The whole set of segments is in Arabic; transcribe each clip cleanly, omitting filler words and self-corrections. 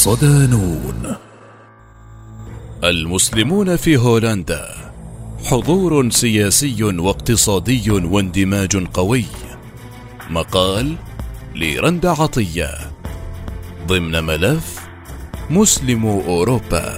صدانون. المسلمون في هولندا، حضور سياسي واقتصادي واندماج قوي. مقال لرندا عطية ضمن ملف مسلمو أوروبا.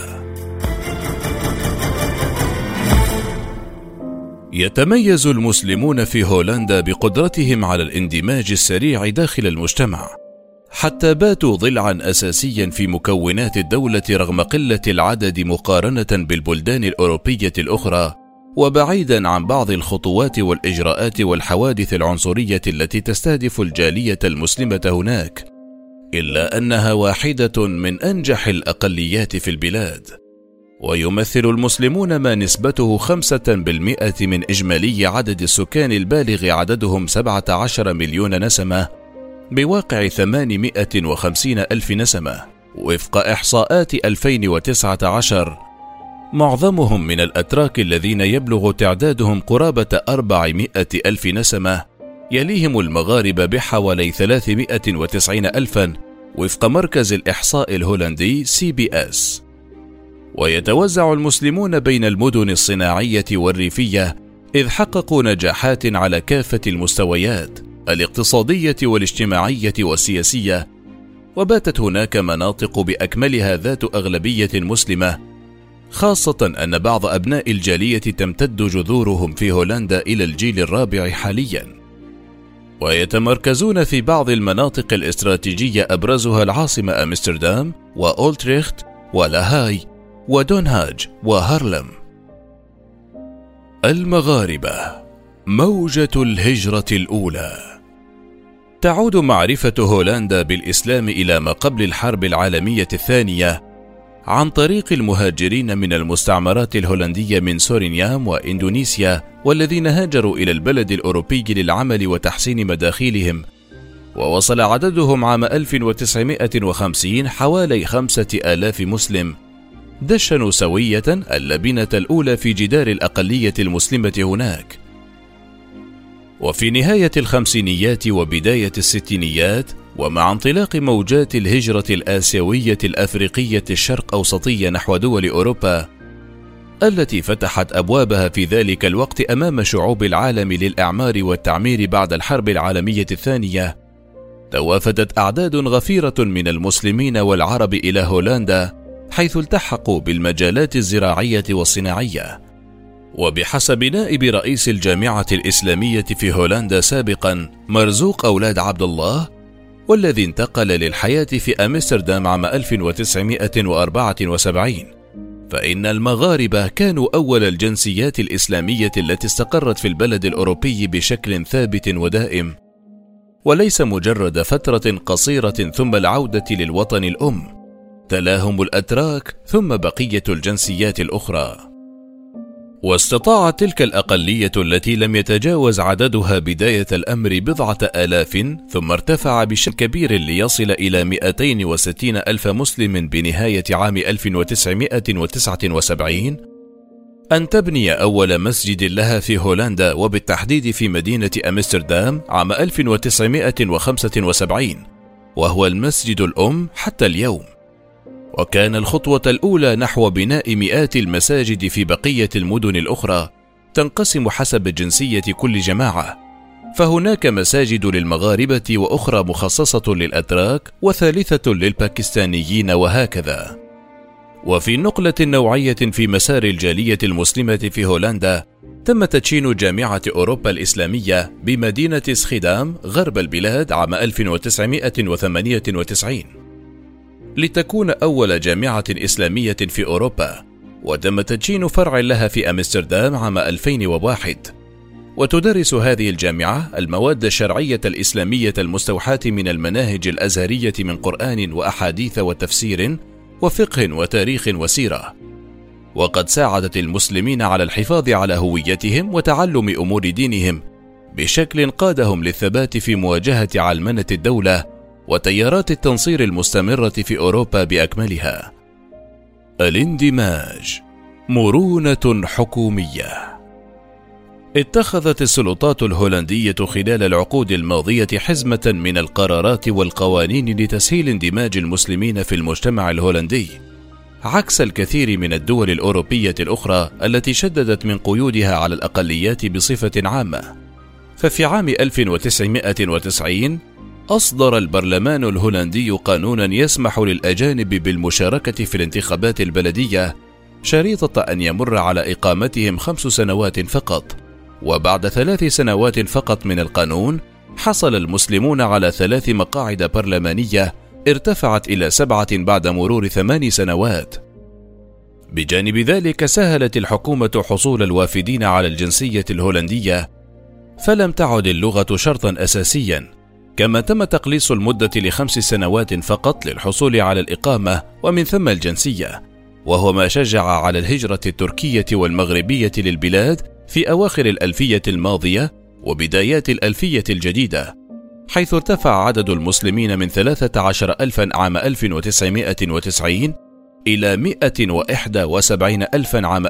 يتميز المسلمون في هولندا بقدرتهم على الاندماج السريع داخل المجتمع، حتى باتوا ضلعا أساسيا في مكونات الدولة رغم قلة العدد مقارنة بالبلدان الأوروبية الأخرى، وبعيدا عن بعض الخطوات والإجراءات والحوادث العنصرية التي تستهدف الجالية المسلمة هناك، إلا أنها واحدة من أنجح الأقليات في البلاد. ويمثل المسلمون ما نسبته 5% من إجمالي عدد السكان البالغ عددهم 17 مليون نسمة، بواقع 850 ألف نسمة وفق إحصاءات 2019. معظمهم من الأتراك الذين يبلغ تعدادهم قرابة 400 ألف نسمة، يليهم المغاربة بحوالي 390 ألفا وفق مركز الإحصاء الهولندي CBS. ويتوزع المسلمون بين المدن الصناعية والريفية، إذ حققوا نجاحات على كافة المستويات الاقتصادية والاجتماعية والسياسية، وباتت هناك مناطق بأكملها ذات أغلبية مسلمة، خاصة أن بعض أبناء الجالية تمتد جذورهم في هولندا إلى الجيل الرابع حاليا. ويتمركزون في بعض المناطق الاستراتيجية أبرزها العاصمة أمستردام وأولتريخت ولاهاي ودونهاج وهارلم. المغاربة، موجة الهجرة الأولى. تعود معرفة هولندا بالإسلام إلى ما قبل الحرب العالمية الثانية عن طريق المهاجرين من المستعمرات الهولندية من سورينيام وإندونيسيا، والذين هاجروا إلى البلد الأوروبي للعمل وتحسين مداخيلهم، ووصل عددهم عام 1950 حوالي 5000 مسلم، دشنوا سوية اللبنة الأولى في جدار الأقلية المسلمة هناك. وفي نهاية الخمسينيات وبداية الستينيات، ومع انطلاق موجات الهجرة الآسيوية الأفريقية الشرق أوسطية نحو دول أوروبا التي فتحت أبوابها في ذلك الوقت أمام شعوب العالم للإعمار والتعمير بعد الحرب العالمية الثانية، توافدت أعداد غفيرة من المسلمين والعرب إلى هولندا، حيث التحقوا بالمجالات الزراعية والصناعية. وبحسب نائب رئيس الجامعة الإسلامية في هولندا سابقا مرزوق أولاد عبد الله، والذي انتقل للحياة في أمستردام عام 1974، فإن المغاربة كانوا أول الجنسيات الإسلامية التي استقرت في البلد الأوروبي بشكل ثابت ودائم، وليس مجرد فترة قصيرة ثم العودة للوطن الأم، تلاهم الأتراك ثم بقية الجنسيات الأخرى. واستطاعت تلك الأقلية التي لم يتجاوز عددها بداية الأمر 10,000 ثم ارتفع بشكل كبير ليصل إلى 260 ألف مسلم بنهاية عام 1979 أن تبني أول مسجد لها في هولندا، وبالتحديد في مدينة أمستردام عام 1975، وهو المسجد الأم حتى اليوم. وكان الخطوة الأولى نحو بناء مئات المساجد في بقية المدن الأخرى، تنقسم حسب جنسية كل جماعة، فهناك مساجد للمغاربة وأخرى مخصصة للأتراك وثالثة للباكستانيين وهكذا. وفي نقلة نوعية في مسار الجالية المسلمة في هولندا، تم تدشين جامعة أوروبا الإسلامية بمدينة سخيدام غرب البلاد عام 1998 لتكون أول جامعة إسلامية في أوروبا، وتم تدشين فرع لها في أمستردام عام 2001. وتدرس هذه الجامعة المواد الشرعية الإسلامية المستوحاة من المناهج الأزهرية من قرآن وأحاديث وتفسير وفقه وتاريخ وسيرة، وقد ساعدت المسلمين على الحفاظ على هويتهم وتعلم أمور دينهم بشكل قادهم للثبات في مواجهة علمنة الدولة وتيارات التنصير المستمرة في أوروبا بأكملها. الاندماج، مرونة حكومية. اتخذت السلطات الهولندية خلال العقود الماضية حزمة من القرارات والقوانين لتسهيل اندماج المسلمين في المجتمع الهولندي، عكس الكثير من الدول الأوروبية الأخرى التي شددت من قيودها على الأقليات بصفة عامة. ففي عام 1990 أصدر البرلمان الهولندي قانونا يسمح للأجانب بالمشاركة في الانتخابات البلدية شريطة أن يمر على إقامتهم 5 سنوات فقط، وبعد 3 سنوات فقط من القانون حصل المسلمون على 3 مقاعد برلمانية ارتفعت إلى 7 بعد مرور 8 سنوات. بجانب ذلك سهلت الحكومة حصول الوافدين على الجنسية الهولندية، فلم تعد اللغة شرطا أساسيا، كما تم تقليص المدة ل5 سنوات فقط للحصول على الإقامة ومن ثم الجنسية، وهو ما شجع على الهجرة التركية والمغربية للبلاد في أواخر الألفية الماضية وبدايات الألفية الجديدة، حيث ارتفع عدد المسلمين من 13,000 عام 1990 إلى 171,000 عام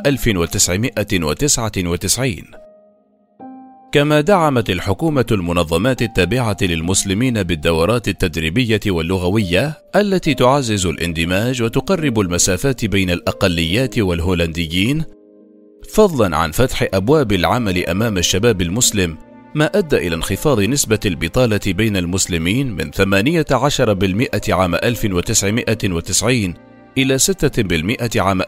1999. كما دعمت الحكومة المنظمات التابعة للمسلمين بالدورات التدريبية واللغوية التي تعزز الاندماج وتقرب المسافات بين الأقليات والهولنديين، فضلا عن فتح أبواب العمل أمام الشباب المسلم، ما أدى إلى انخفاض نسبة البطالة بين المسلمين من 18% عام 1990 إلى 6% عام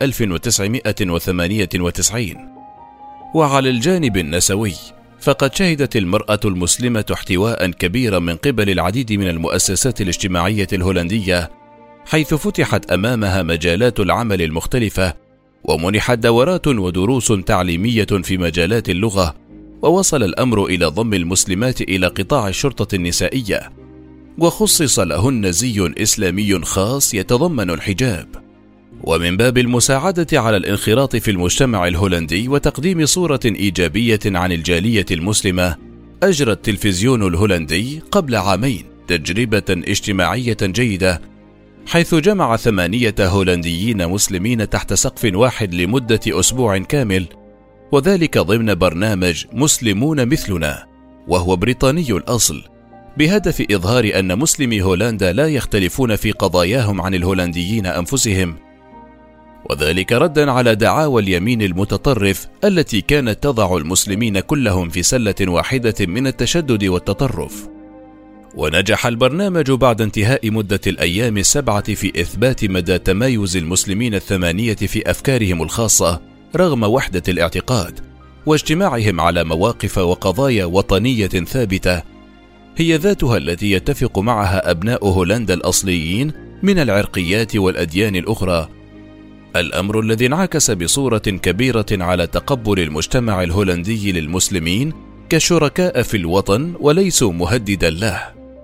1998. وعلى الجانب النسوي، فقد شهدت المرأة المسلمة احتواء كبيرا من قبل العديد من المؤسسات الاجتماعية الهولندية، حيث فتحت أمامها مجالات العمل المختلفة، ومنحت دورات ودروس تعليمية في مجالات اللغة، ووصل الأمر إلى ضم المسلمات إلى قطاع الشرطة النسائية، وخصص لهن زي إسلامي خاص يتضمن الحجاب. ومن باب المساعدة على الانخراط في المجتمع الهولندي وتقديم صورة إيجابية عن الجالية المسلمة، أجرى التلفزيون الهولندي قبل عامين تجربة اجتماعية جيدة، حيث جمع 8 هولنديين مسلمين تحت سقف واحد لمدة أسبوع كامل، وذلك ضمن برنامج مسلمون مثلنا، وهو بريطاني الأصل، بهدف إظهار أن مسلمي هولندا لا يختلفون في قضاياهم عن الهولنديين أنفسهم، وذلك ردا على دعاوى اليمين المتطرف التي كانت تضع المسلمين كلهم في سلة واحدة من التشدد والتطرف. ونجح البرنامج بعد انتهاء مدة الأيام 7 في إثبات مدى تمايز المسلمين 8 في أفكارهم الخاصة رغم وحدة الاعتقاد، واجتماعهم على مواقف وقضايا وطنية ثابتة هي ذاتها التي يتفق معها أبناء هولندا الأصليين من العرقيات والأديان الأخرى، الأمر الذي انعكس بصورة كبيرة على تقبل المجتمع الهولندي للمسلمين كشركاء في الوطن وليسوا مهددا له.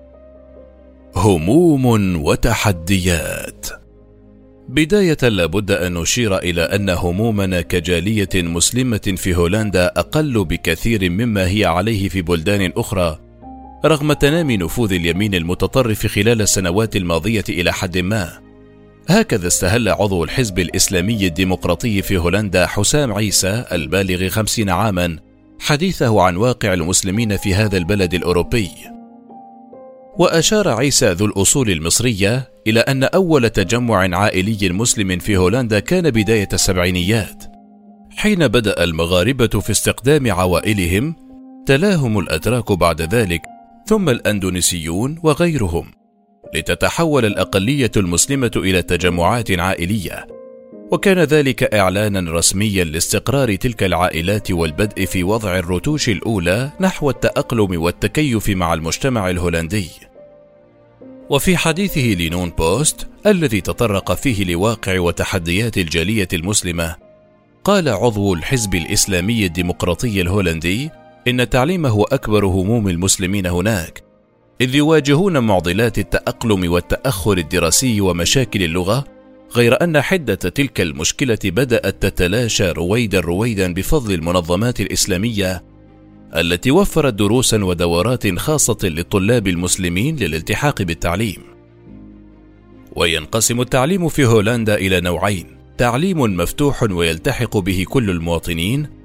هموم وتحديات. بداية لابد أن نشير إلى أن همومنا كجالية مسلمة في هولندا أقل بكثير مما هي عليه في بلدان أخرى، رغم تنامي نفوذ اليمين المتطرف خلال السنوات الماضية إلى حد ما. هكذا استهل عضو الحزب الإسلامي الديمقراطي في هولندا حسام عيسى البالغ 50 عاما حديثه عن واقع المسلمين في هذا البلد الأوروبي. وأشار عيسى ذو الأصول المصرية إلى أن أول تجمع عائلي مسلم في هولندا كان بداية السبعينيات، حين بدأ المغاربة في استقدام عوائلهم، تلاهم الأتراك بعد ذلك، ثم الأندونيسيون وغيرهم، لتتحول الأقلية المسلمة إلى تجمعات عائلية، وكان ذلك إعلانا رسميا لاستقرار تلك العائلات والبدء في وضع الرتوش الأولى نحو التأقلم والتكيف مع المجتمع الهولندي. وفي حديثه لنون بوست الذي تطرق فيه لواقع وتحديات الجالية المسلمة، قال عضو الحزب الإسلامي الديمقراطي الهولندي إن التعليم هو أكبر هموم المسلمين هناك، إذ يواجهون معضلات التأقلم والتأخر الدراسي ومشاكل اللغة، غير أن حدة تلك المشكلة بدأت تتلاشى رويدا بفضل المنظمات الإسلامية التي وفرت دروسا ودورات خاصة للطلاب المسلمين للالتحاق بالتعليم. وينقسم التعليم في هولندا إلى نوعين: تعليم مفتوح ويلتحق به كل المواطنين،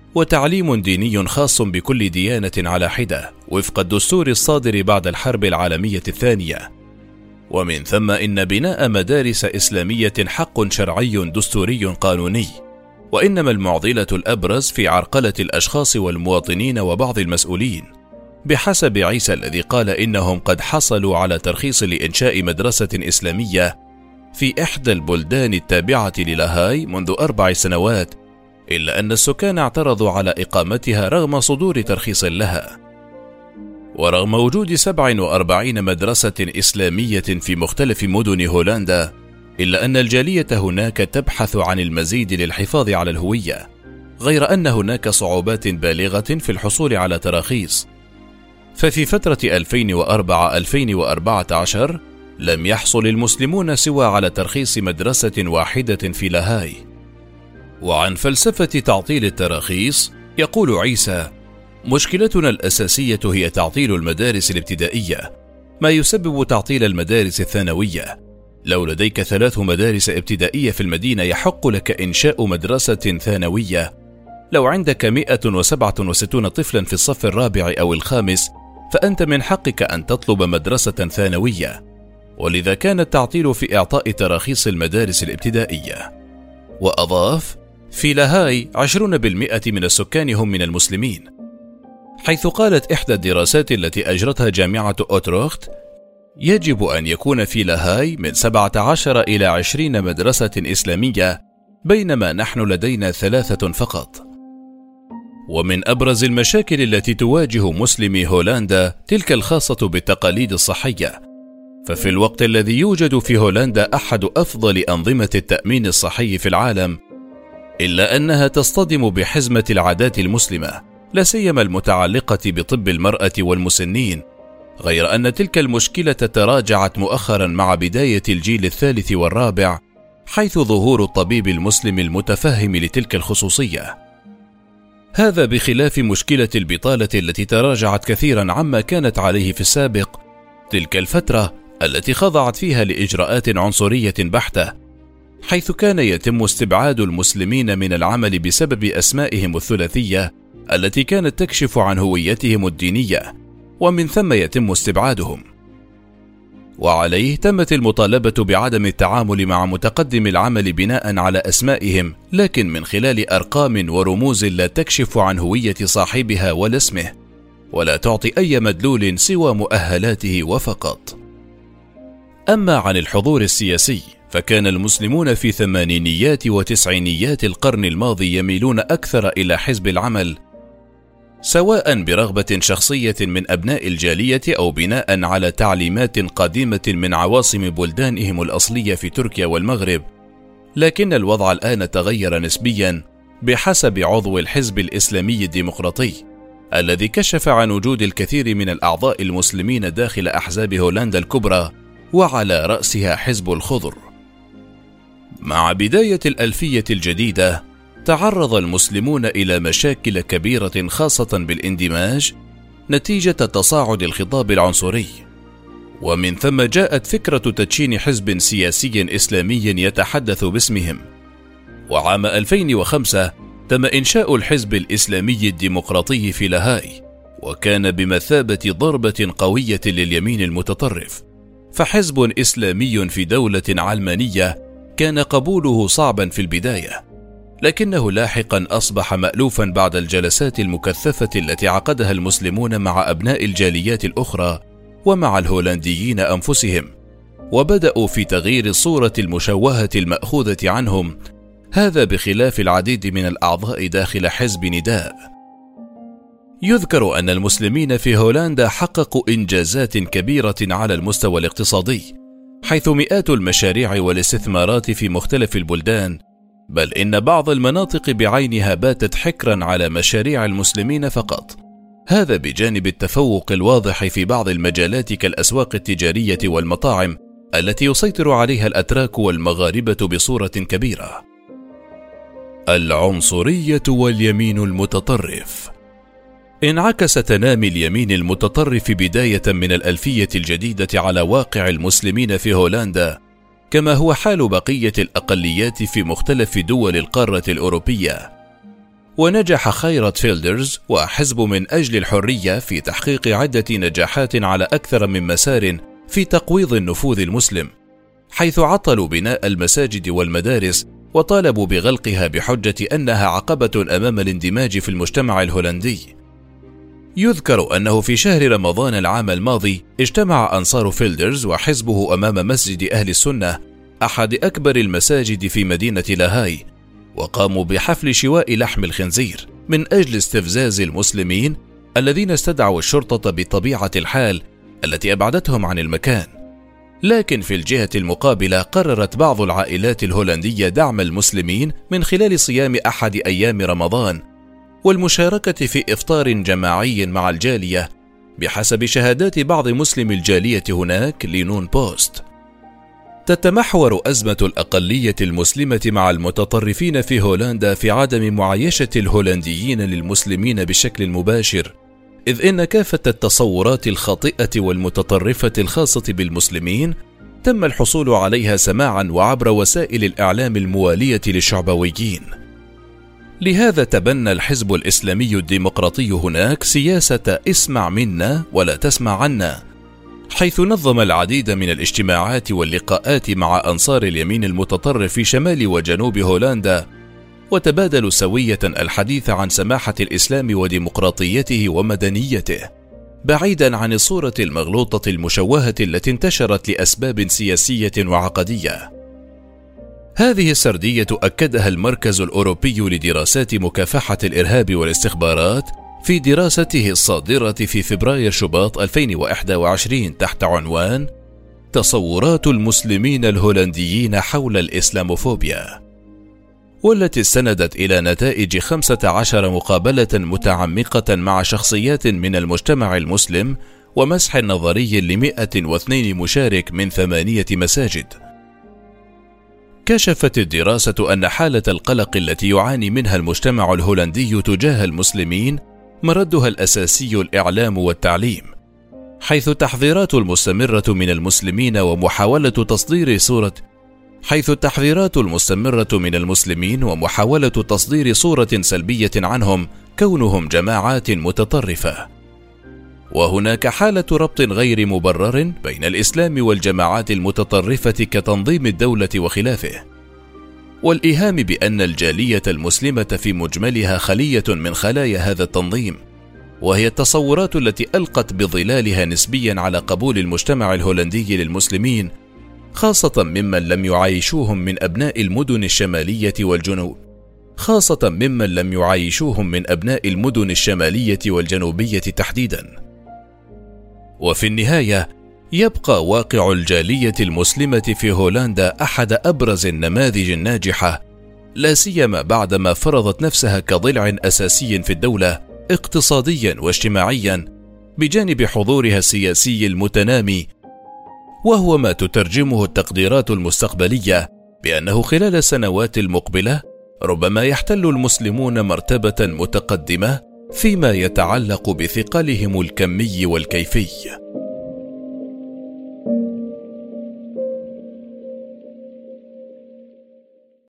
وتعليم ديني خاص بكل ديانة على حدة وفق الدستور الصادر بعد الحرب العالمية الثانية. ومن ثم إن بناء مدارس إسلامية حق شرعي دستوري قانوني، وإنما المعضلة الأبرز في عرقلة الأشخاص والمواطنين وبعض المسؤولين، بحسب عيسى الذي قال إنهم قد حصلوا على ترخيص لإنشاء مدرسة إسلامية في إحدى البلدان التابعة للاهاي منذ 4 سنوات، إلا أن السكان اعترضوا على إقامتها رغم صدور ترخيص لها. ورغم وجود 47 مدرسة إسلامية في مختلف مدن هولندا، إلا أن الجالية هناك تبحث عن المزيد للحفاظ على الهوية، غير أن هناك صعوبات بالغة في الحصول على تراخيص. ففي فترة 2004-2014 لم يحصل المسلمون سوى على ترخيص مدرسة واحدة في لاهاي. وعن فلسفة تعطيل التراخيص يقول عيسى: مشكلتنا الأساسية هي تعطيل المدارس الابتدائية، ما يسبب تعطيل المدارس الثانوية. لو لديك 3 مدارس ابتدائية في المدينة يحق لك إنشاء مدرسة ثانوية. لو عندك 167 طفلا في الصف الرابع أو الخامس فأنت من حقك أن تطلب مدرسة ثانوية. ولذا كان التعطيل في إعطاء تراخيص المدارس الابتدائية. وأضاف: في لاهاي 20% من السكان هم من المسلمين، حيث قالت إحدى الدراسات التي أجرتها جامعة أوتروخت: يجب أن يكون في لاهاي من 17 إلى 20 مدرسة إسلامية، بينما نحن لدينا 3 فقط. ومن أبرز المشاكل التي تواجه مسلمي هولندا تلك الخاصة بالتقاليد الصحية، ففي الوقت الذي يوجد في هولندا أحد أفضل أنظمة التأمين الصحي في العالم، إلا أنها تصطدم بحزمة العادات المسلمة، لا سيما المتعلقة بطب المرأة والمسنين، غير أن تلك المشكلة تراجعت مؤخرا مع بداية الجيل الثالث والرابع، حيث ظهور الطبيب المسلم المتفهم لتلك الخصوصية. هذا بخلاف مشكلة البطالة التي تراجعت كثيرا عما كانت عليه في السابق، تلك الفترة التي خضعت فيها لإجراءات عنصرية بحتة، حيث كان يتم استبعاد المسلمين من العمل بسبب أسمائهم الثلاثية التي كانت تكشف عن هويتهم الدينية، ومن ثم يتم استبعادهم. وعليه تمت المطالبة بعدم التعامل مع متقدم العمل بناء على أسمائهم، لكن من خلال أرقام ورموز لا تكشف عن هوية صاحبها ولا اسمه، ولا تعطي أي مدلول سوى مؤهلاته وفقط. أما عن الحضور السياسي، فكان المسلمون في ثمانينيات وتسعينيات القرن الماضي يميلون أكثر إلى حزب العمل، سواء برغبة شخصية من أبناء الجالية أو بناء على تعليمات قادمة من عواصم بلدانهم الأصلية في تركيا والمغرب. لكن الوضع الآن تغير نسبيا بحسب عضو الحزب الإسلامي الديمقراطي، الذي كشف عن وجود الكثير من الأعضاء المسلمين داخل أحزاب هولندا الكبرى، وعلى رأسها حزب الخضر. مع بداية الألفية الجديدة تعرض المسلمون إلى مشاكل كبيرة خاصة بالاندماج نتيجة تصاعد الخطاب العنصري، ومن ثم جاءت فكرة تدشين حزب سياسي إسلامي يتحدث باسمهم. وعام 2005 تم إنشاء الحزب الإسلامي الديمقراطي في لاهاي، وكان بمثابة ضربة قوية لليمين المتطرف، فحزب إسلامي في دولة علمانية كان قبوله صعبا في البداية، لكنه لاحقا أصبح مألوفا بعد الجلسات المكثفة التي عقدها المسلمون مع أبناء الجاليات الأخرى ومع الهولنديين أنفسهم، وبدأوا في تغيير الصورة المشوهة المأخوذة عنهم، هذا بخلاف العديد من الأعضاء داخل حزب نداء. يذكر أن المسلمين في هولندا حققوا إنجازات كبيرة على المستوى الاقتصادي، حيث مئات المشاريع والاستثمارات في مختلف البلدان، بل إن بعض المناطق بعينها باتت حكرا على مشاريع المسلمين فقط، هذا بجانب التفوق الواضح في بعض المجالات كالأسواق التجارية والمطاعم التي يسيطر عليها الأتراك والمغاربة بصورة كبيرة. العنصرية واليمين المتطرف. انعكس تنامي اليمين المتطرف بداية من الألفية الجديدة على واقع المسلمين في هولندا، كما هو حال بقية الأقليات في مختلف دول القارة الأوروبية. ونجح خيرت فيلدرز وحزب من أجل الحرية في تحقيق عدة نجاحات على أكثر من مسار في تقويض النفوذ المسلم، حيث عطلوا بناء المساجد والمدارس وطالبوا بغلقها بحجة أنها عقبة أمام الاندماج في المجتمع الهولندي. يذكر أنه في شهر رمضان العام الماضي اجتمع أنصار فيلدرز وحزبه أمام مسجد أهل السنة، أحد أكبر المساجد في مدينة لاهاي، وقاموا بحفل شواء لحم الخنزير من أجل استفزاز المسلمين الذين استدعوا الشرطة بطبيعة الحال التي أبعدتهم عن المكان. لكن في الجهة المقابلة قررت بعض العائلات الهولندية دعم المسلمين من خلال صيام أحد أيام رمضان والمشاركة في إفطار جماعي مع الجالية، بحسب شهادات بعض مسلمي الجالية هناك لنون بوست. تتمحور أزمة الأقلية المسلمة مع المتطرفين في هولندا في عدم معايشة الهولنديين للمسلمين بشكل مباشر، إذ إن كافة التصورات الخاطئة والمتطرفة الخاصة بالمسلمين تم الحصول عليها سماعا وعبر وسائل الإعلام الموالية للشعبويين. لهذا تبنى الحزب الإسلامي الديمقراطي هناك سياسة اسمع منا ولا تسمع عنا، حيث نظم العديد من الاجتماعات واللقاءات مع أنصار اليمين المتطرف في شمال وجنوب هولندا، وتبادلوا سوية الحديث عن سماحة الإسلام وديمقراطيته ومدنيته، بعيدا عن الصورة المغلوطة المشوهة التي انتشرت لأسباب سياسية وعقدية. هذه السردية أكدها المركز الأوروبي لدراسات مكافحة الإرهاب والاستخبارات في دراسته الصادرة في فبراير شباط 2021 تحت عنوان تصورات المسلمين الهولنديين حول الإسلاموفوبيا، والتي استندت إلى نتائج 15 مقابلة متعمقة مع شخصيات من المجتمع المسلم ومسح نظري ل102 مشارك من 8 مساجد. كشفت الدراسة أن حالة القلق التي يعاني منها المجتمع الهولندي تجاه المسلمين مردها الأساسي الإعلام والتعليم، حيث التحذيرات المستمرة من المسلمين ومحاولة تصدير صورة سلبية عنهم كونهم جماعات متطرفة. وهناك حالة ربط غير مبرر بين الإسلام والجماعات المتطرفة كتنظيم الدولة وخلافه، والإيهام بأن الجالية المسلمة في مجملها خلية من خلايا هذا التنظيم، وهي التصورات التي ألقت بظلالها نسبيا على قبول المجتمع الهولندي للمسلمين، خاصة ممن لم يعايشوهم من أبناء المدن الشمالية والجنوبية تحديدا. وفي النهاية يبقى واقع الجالية المسلمة في هولندا أحد أبرز النماذج الناجحة، لا سيما بعدما فرضت نفسها كضلع أساسي في الدولة اقتصاديا واجتماعيا، بجانب حضورها السياسي المتنامي، وهو ما تترجمه التقديرات المستقبلية بأنه خلال السنوات المقبلة ربما يحتل المسلمون مرتبة متقدمة فيما يتعلق بثقلهم الكمي والكيفي.